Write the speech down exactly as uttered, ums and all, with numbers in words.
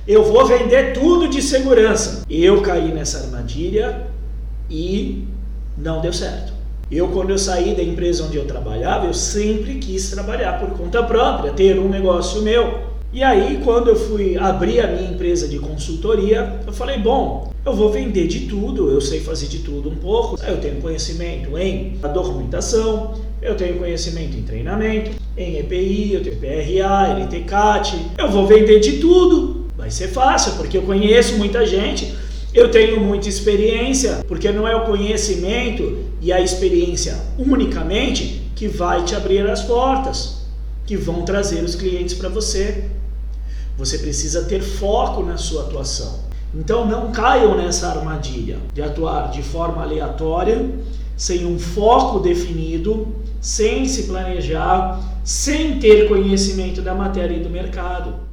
eu vou vender tudo de segurança. Eu caí nessa armadilha e não deu certo. Eu, quando eu saí da empresa onde eu trabalhava, eu sempre quis trabalhar por conta própria, ter um negócio meu. E aí, quando eu fui abrir a minha empresa de consultoria, eu falei, bom, eu vou vender de tudo, eu sei fazer de tudo um pouco. Eu tenho conhecimento em documentação, eu tenho conhecimento em treinamento, em E P I, eu tenho P R A, L T C A T, eu vou vender de tudo. Vai ser fácil, porque eu conheço muita gente, eu tenho muita experiência, porque não é o conhecimento e a experiência unicamente que vai te abrir as portas, que vão trazer os clientes para você. Você precisa ter foco na sua atuação. Então não caiam nessa armadilha de atuar de forma aleatória, sem um foco definido, sem se planejar, sem ter conhecimento da matéria e do mercado.